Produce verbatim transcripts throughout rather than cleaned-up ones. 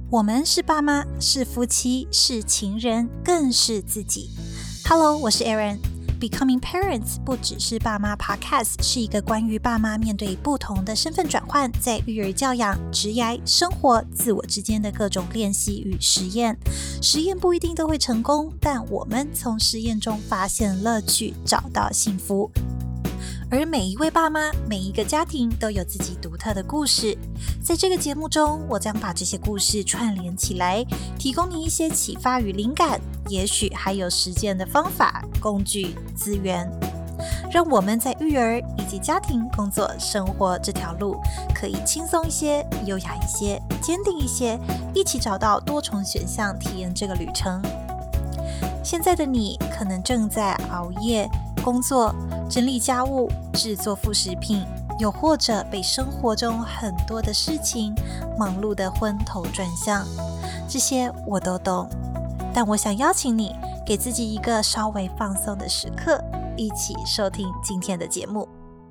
我们是爸妈，是夫妻，是情人，更是自己。Hello， 我是 Erin。Becoming Parents 不只是爸妈 Podcast， 是一个关于爸妈面对不同的身份转换，在育儿教养、职业、生活、自我之间的各种练习与实验。实验不一定都会成功，但我们从实验中发现乐趣，找到幸福。而每一位爸妈，每一个家庭都有自己独特的故事。在这个节目中，我将把这些故事串联起来，提供你一些启发与灵感，也许还有实践的方法、工具、资源，让我们在育儿以及家庭、工作、生活这条路可以轻松一些、优雅一些、坚定一些，一起找到多重选项，体验这个旅程。现在的你可能正在熬夜工作、整理家务、制作副食品，又或者被生活中很多的事情忙碌得昏头转向，这些我都懂。但我想邀请你，给自己一个稍微放松的时刻，一起收听今天的节目。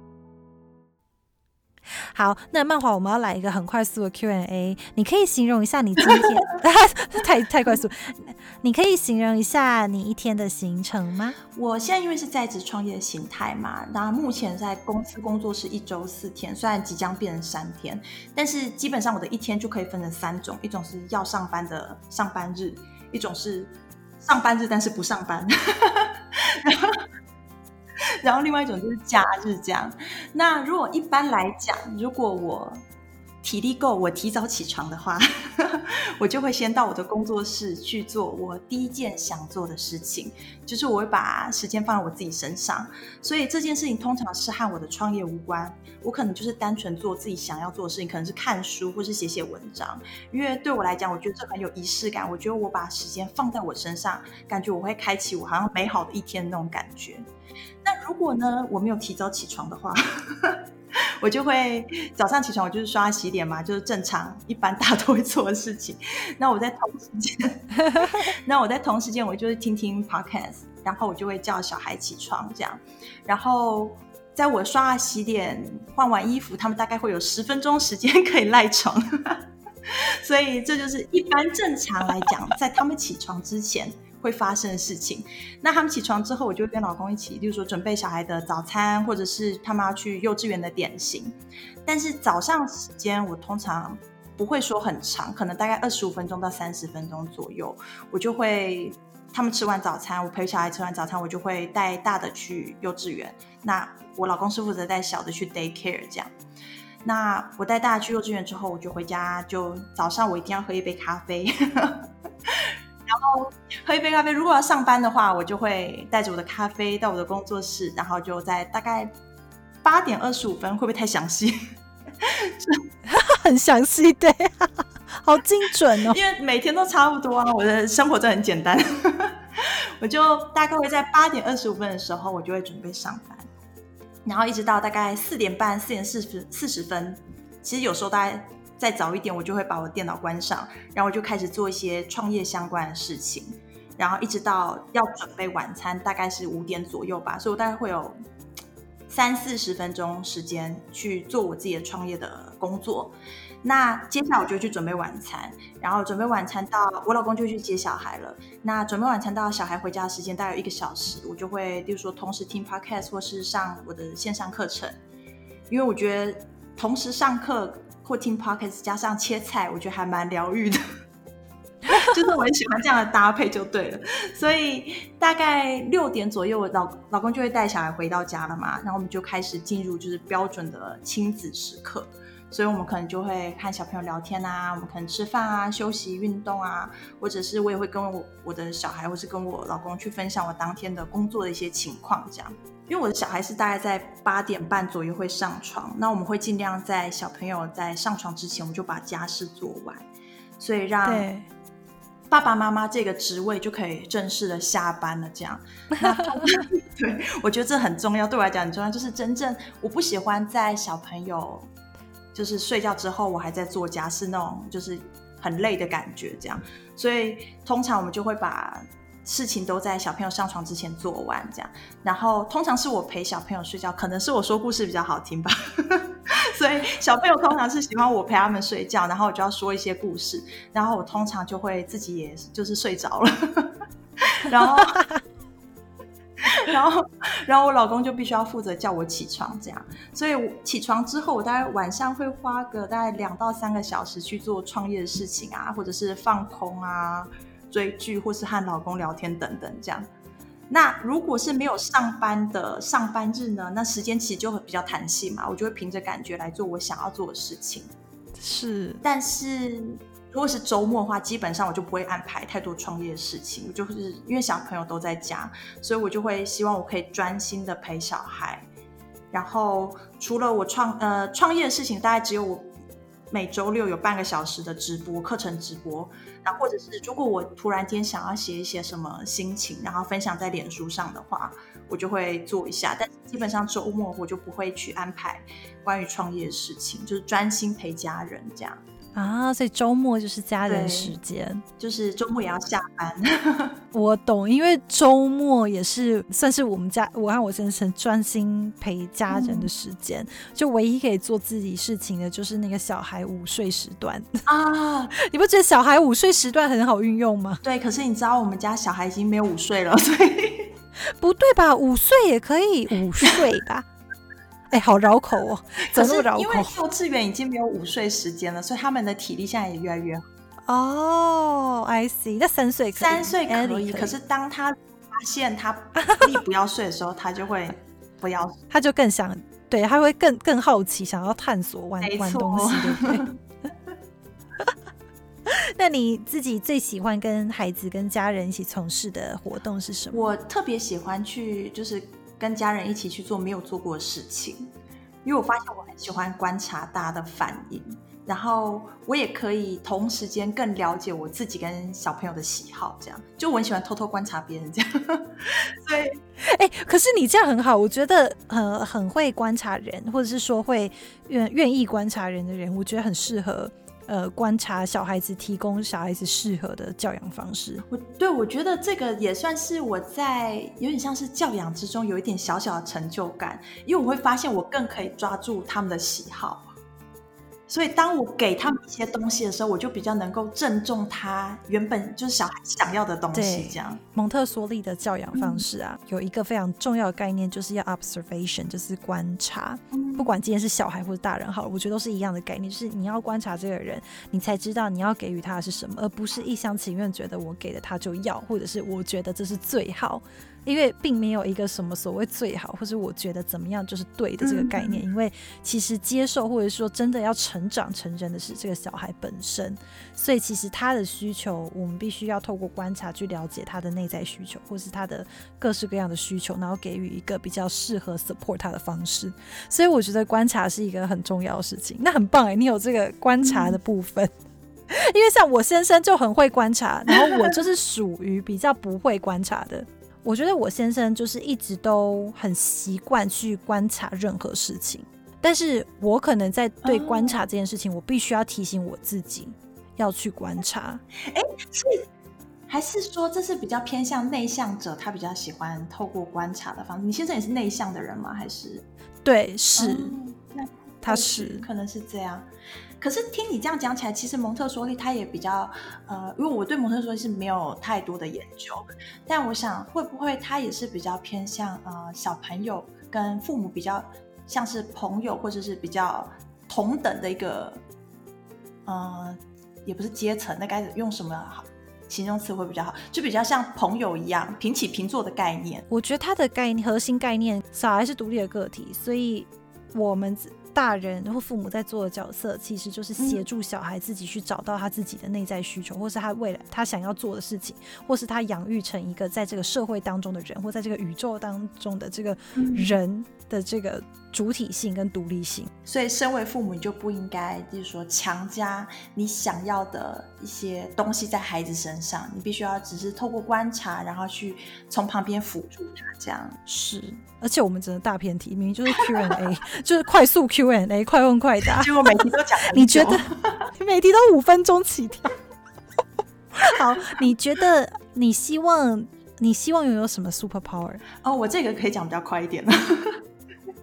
好，那漫华我们要来一个很快速的 Q and A， 你可以形容一下你今天太太快速，你可以形容一下你一天的行程吗？ 我现在因为是在职创业的形态嘛，那目前在公司工作是一周四天，虽然即将变成三天，但是基本上我的一天就可以分成三种，一种是要上班的上班日，一种是上班日但是不上班然后然后另外一种就是假日这样。那如果一般来讲，如果我体力够，我提早起床的话我就会先到我的工作室去做我第一件想做的事情，就是我会把时间放在我自己身上。所以这件事情通常是和我的创业无关，我可能就是单纯做自己想要做的事情，可能是看书或是写写文章。因为对我来讲，我觉得这很有仪式感，我觉得我把时间放在我身上，感觉我会开启我好像美好的一天那种感觉。那如果呢我没有提早起床的话我就会早上起床，我就是刷洗脸嘛，就是正常一般大家都会做的事情。那我在同时间那我在同时间我就是听听 podcast， 然后我就会叫小孩起床这样。然后在我刷完洗脸换完衣服，他们大概会有十分钟时间可以赖床所以这就是一般正常来讲在他们起床之前会发生的事情。那他们起床之后，我就会跟老公一起，例如说准备小孩的早餐，或者是他们要去幼稚园的点心。但是早上时间我通常不会说很长，可能大概二十五分钟到三十分钟左右，我就会他们吃完早餐，我陪小孩吃完早餐，我就会带大的去幼稚园，那我老公是负责带小的去 daycare 这样。那我带大的去幼稚园之后，我就回家，就早上我一定要喝一杯咖啡然后喝一杯咖啡，如果要上班的话，我就会带着我的咖啡到我的工作室，然后就在大概八点二十五分，会不会太详细很详细，对好精准哦， 因为每天都差不多啊，我的生活真的很简单我就大概会在八点二十五分的时候，我就会准备上班，然后一直到大概四点半四点四十分，其实有时候大概再早一点，我就会把我的电脑关上，然后我就开始做一些创业相关的事情，然后一直到要准备晚餐，大概是五点左右吧，所以我大概会有三四十分钟时间去做我自己的创业的工作。那接下来我就去准备晚餐，然后准备晚餐到我老公就去接小孩了。那准备晚餐到小孩回家的时间大概有一个小时，我就会例如说同时听 podcast 或是上我的线上课程，因为我觉得同时上课或听 podcast 加上切菜，我觉得还蛮疗愈的就是我很喜欢这样的搭配就对了。所以大概六点左右，我 老, 老公就会带小孩回到家了嘛，然后我们就开始进入就是标准的亲子时刻。所以我们可能就会和小朋友聊天啊，我们可能吃饭啊、休息、运动啊，或者是我也会跟 我, 我的小孩或是跟我老公去分享我当天的工作的一些情况这样。因为我的小孩是大概在八点半左右会上床，那我们会尽量在小朋友在上床之前我们就把家事做完，所以让爸爸妈妈这个职位就可以正式的下班了这样对，我觉得这很重要，对我来讲很重要，就是真正我不喜欢在小朋友就是睡觉之后我还在做家事那种就是很累的感觉这样。所以通常我们就会把事情都在小朋友上床之前做完这样，然后通常是我陪小朋友睡觉，可能是我说故事比较好听吧所以小朋友通常是喜欢我陪他们睡觉，然后我就要说一些故事，然后我通常就会自己也就是睡着了然后然后然后我老公就必须要负责叫我起床，这样，所以我起床之后我大概晚上会花个大概两到三个小时去做创业的事情啊，或者是放空啊，追剧，或是和老公聊天等等这样。那如果是没有上班的上班日呢，那时间其实就会比较弹性嘛，我就会凭着感觉来做我想要做的事情。 是， 但是如果是周末的话，基本上我就不会安排太多创业的事情，就是因为小朋友都在家，所以我就会希望我可以专心的陪小孩。然后除了我创呃创业的事情，大概只有我每周六有半个小时的直播课程直播，然后或者是如果我突然间想要写一些什么心情，然后分享在脸书上的话，我就会做一下。但是基本上周末我就不会去安排关于创业的事情，就是专心陪家人这样啊，所以周末就是家人时间， 就是周末也要下班我懂，因为周末也是算是我们家我和我先生专心陪家人的时间、嗯、就唯一可以做自己事情的就是那个小孩午睡时段啊。你不觉得小孩午睡时段很好运用吗？ 对，可是你知道我们家小孩已经没有午睡了，所以不对吧，午睡也可以午睡吧哎、欸，好绕口哦，怎么那么绕口？ 因为幼稚园已经没有午睡时间了，所以他们的体力现在也越来越好。 哦、oh, I see， 那三岁可以， 三岁可以，可是当他发现他力不要睡的时候，他就会不要睡， 他就更想，对，他会更更好奇，想要探索玩玩东西，对不对？那你自己最喜欢跟孩子、跟家人一起从事的活动是什么？ 我特别喜欢去，就是跟家人一起去做没有做过的事情，因为我发现我很喜欢观察大家的反应，然后我也可以同时间更了解我自己跟小朋友的喜好，这样就我很喜欢偷偷观察别人这样。所以， 哎、欸，可是你这样很好，我觉得很很会观察人，或者是说会愿愿意观察人的人，我觉得很适合。呃，观察小孩子，提供小孩子适合的教养方式。 我对我觉得这个也算是我在有点像是教养之中有一点小小的成就感，因为我会发现我更可以抓住他们的喜好，所以当我给他们一些东西的时候，我就比较能够正中他原本就是小孩想要的东西。这样， 蒙特梭利的教养方式啊、嗯，有一个非常重要的概念，就是要 observation， 就是观察。嗯、不管今天是小孩或者大人好了，我觉得都是一样的概念，就是你要观察这个人，你才知道你要给予他的是什么，而不是一厢情愿觉得我给了他就要，或者是我觉得这是最好。因为并没有一个什么所谓最好，或是我觉得怎么样就是对的这个概念、嗯、因为其实接受或者说真的要成长成人的是这个小孩本身，所以其实他的需求我们必须要透过观察去了解他的内在需求，或是他的各式各样的需求，然后给予一个比较适合 support 他的方式。所以我觉得观察是一个很重要的事情。那很棒耶，你有这个观察的部分、嗯、因为像我先生就很会观察，然后我就是属于比较不会观察的。我觉得我先生就是一直都很习惯去观察任何事情，但是我可能在对观察这件事情、哦、我必须要提醒我自己要去观察。 哎，是还是说这是比较偏向内向者，他比较喜欢透过观察的方式？你先生也是内向的人吗？还是？ 对，是、哦、 那他是可能是这样。可是听你这样讲起来，其实蒙特梭利他也比较呃，因为我对蒙特梭利是没有太多的研究，但我想会不会他也是比较偏向呃小朋友跟父母比较像是朋友，或者是比较同等的一个呃，也不是阶层，那该用什么形容词会比较好？就比较像朋友一样平起平坐的概念。 我觉得他的概念核心概念，小孩是独立的个体，所以我们大人或父母在做的角色其实就是协助小孩自己去找到他自己的内在需求、嗯、或是他未来他想要做的事情，或是他养育成一个在这个社会当中的人，或在这个宇宙当中的这个人的这个主体性跟独立性。 所以身为父母，你就不应该就是说强加你想要的一些东西在孩子身上，你必须要只是透过观察，然后去从旁边辅助他。这样是，而且我们真的大偏题，明明就是 Q and A 就是快速 Q and A 快问快答， 结果每题都讲很久。 你觉得每题都五分钟起跳好，你觉得你希望你希望拥有什么 super power？ 哦，我这个可以讲比较快一点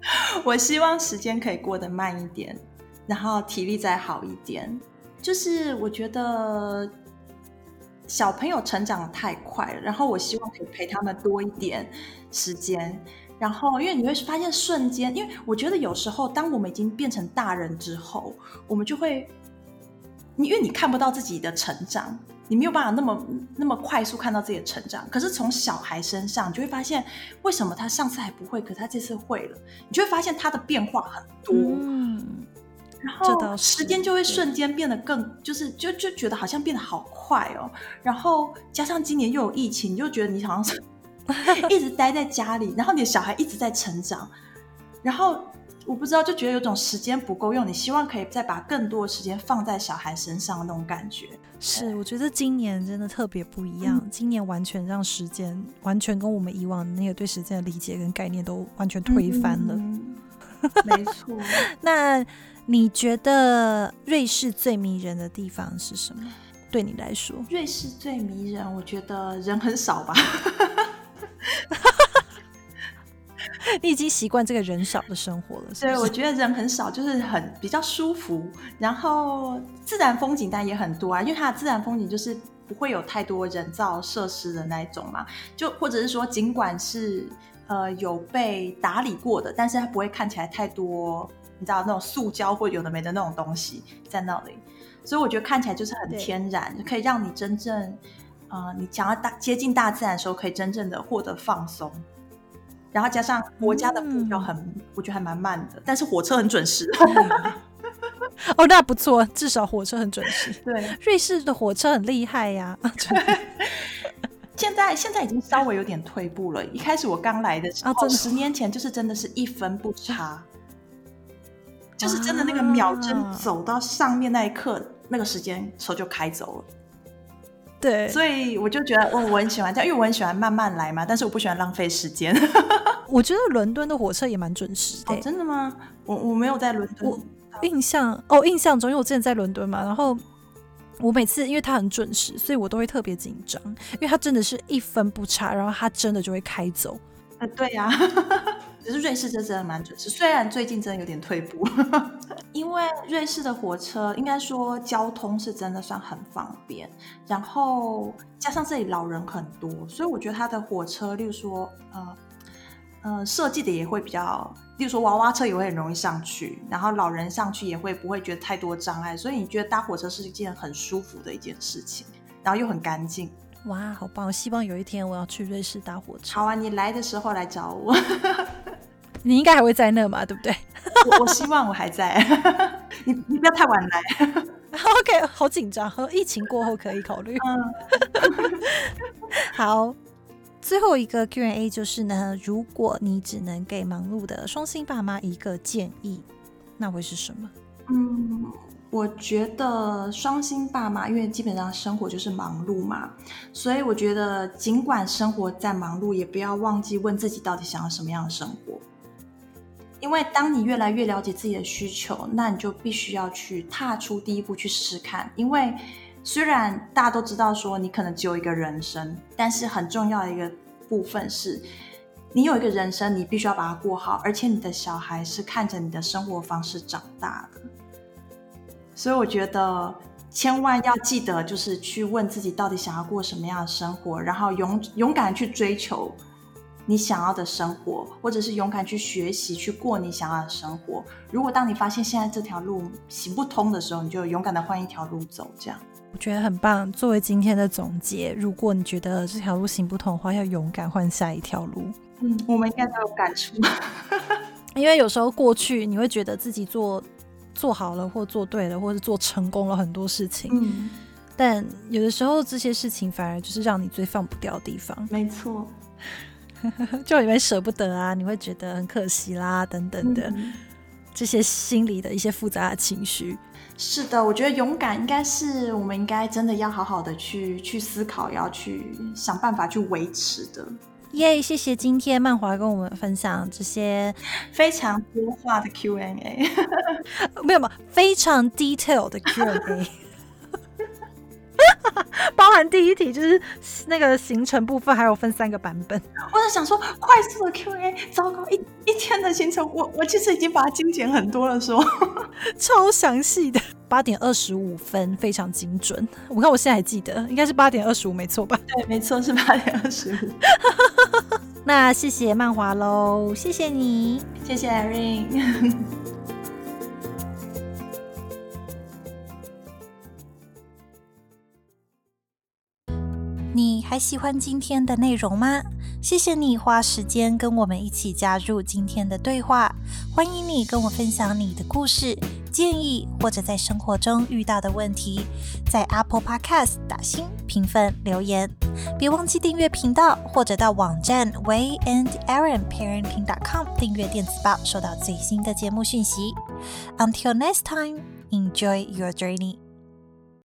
我希望时间可以过得慢一点，然后体力再好一点。就是我觉得小朋友成长太快了，然后我希望可以陪他们多一点时间。然后因为你会发现瞬间，因为我觉得有时候当我们已经变成大人之后，我们就会因为你看不到自己的成长，你没有办法那么那么快速看到自己的成长。可是从小孩身上，你就会发现为什么他上次还不会，可是他这次会了，你就会发现他的变化很多。嗯，然后时间就会瞬间变得更，就是就就觉得好像变得好快哦。然后加上今年又有疫情，你就觉得你好像是一直待在家里，然后你的小孩一直在成长，然后我不知道，就觉得有种时间不够用，你希望可以再把更多的时间放在小孩身上的那种感觉。 是，我觉得今年真的特别不一样、嗯、今年完全让时间完全跟我们以往那个对时间的理解跟概念都完全推翻了、嗯、 没错。 那你觉得瑞士最迷人的地方是什么？对你来说， 瑞士最迷人，我觉得人很少吧。 你已经习惯这个人少的生活了，是不是？ 对，我觉得人很少，就是很比较舒服，然后自然风景当然也很多啊，因为它的自然风景就是不会有太多人造设施的那一种嘛，就或者是说尽管是呃有被打理过的，但是它不会看起来太多，你知道那种塑胶或有的没的那种东西在那里，所以我觉得看起来就是很天然，可以让你真正呃你想要大接近大自然的时候，可以真正的获得放松。然后加上国家的步调很、嗯、我觉得还蛮慢的，但是火车很准时。 哦，那不错，至少火车很准时。 对， 瑞士的火车很厉害呀、啊。 现在现在已经稍微有点退步了。一开始我刚来的时候，啊、十年前就是真的是一分不差，就是真的那个秒针走到上面那一刻，啊、那个时间车就开走了。 对， 所以我就觉得我我很喜欢这样，因为我很喜欢慢慢来嘛，但是我不喜欢浪费时间。 我觉得伦敦的火车也蛮准时的、欸哦、真的吗？我我没有在伦敦， 我印象哦印象中，因为我之前在伦敦嘛，然后我每次因为它很准时，所以我都会特别紧张，因为它真的是一分不差，然后它真的就会开走。 呃，对呀、啊，只是瑞士这真的蛮准时，虽然最近真的有点退步，因为瑞士的火车应该说交通是真的算很方便，然后加上这里老人很多，所以我觉得它的火车，例如说呃呃设计的也会比较，例如说娃娃车也会很容易上去，然后老人上去也会不会觉得太多障碍，所以你觉得搭火车是一件很舒服的一件事情，然后又很干净。 哇，好棒！希望有一天我要去瑞士搭火车。 好啊，你来的时候来找我。 你应该还会在那嘛，对不对？ 我, 我希望我还在。你你不要太晚来。 OK， 好紧张，疫情过后可以考虑。嗯、好，最后一个 Q and A 就是呢，如果你只能给忙碌的双薪爸妈一个建议，那会是什么？ 嗯。我觉得双薪爸妈，因为基本上生活就是忙碌嘛，所以我觉得尽管生活再忙碌，也不要忘记问自己到底想要什么样的生活。因为当你越来越了解自己的需求，那你就必须要去踏出第一步去试试看。因为虽然大家都知道说你可能只有一个人生，但是很重要的一个部分是，你有一个人生，你必须要把它过好，而且你的小孩是看着你的生活方式长大的。所以我觉得千万要记得，就是去问自己到底想要过什么样的生活，然后勇勇敢去追求你想要的生活，或者是勇敢去学习去过你想要的生活。如果当你发现现在这条路行不通的时候，你就勇敢的换一条路走，这样。 我觉得很棒。作为今天的总结，如果你觉得这条路行不通的话，要勇敢换下一条路。 嗯，我们应该都有感触。 因为有时候过去你会觉得自己做做好了或做对了，或是做成功了很多事情、嗯、但有的时候这些事情反而就是让你最放不掉的地方。 没错。 就你会舍不得啊，你会觉得很可惜啦等等的、嗯、这些心里的一些复杂的情绪。 是的，我觉得勇敢应该是我们应该真的要好好的去去思考，要去想办法去维持的。 耶、yeah, 谢谢今天曼华跟我们分享这些非常多话的 Q and A。 没有没有，非常 detail 的 Q and A。 包含第一题就是那个行程部分还有分三个版本。 我在想说快速的 Q and A， 糟糕，一一天的行程我我其实已经把它精简很多了说超详细的，八点二十五分，非常精准。我看我现在还记得应该是八点二十五没错吧？ 对，没错，是八点二十五。 那谢谢曼华咯，谢谢你， 谢谢 Erin。 你还喜欢今天的内容吗？谢谢你花时间跟我们一起加入今天的对话，欢迎你跟我分享你的故事、建议或者在生活中遇到的问题，在 Apple Podcast 打星、评分、留言。别忘记订阅频道，或者到网站 Wei and Erin Parenting dot com 订阅电子报，收到最新的节目讯息。Until next time, enjoy your journey.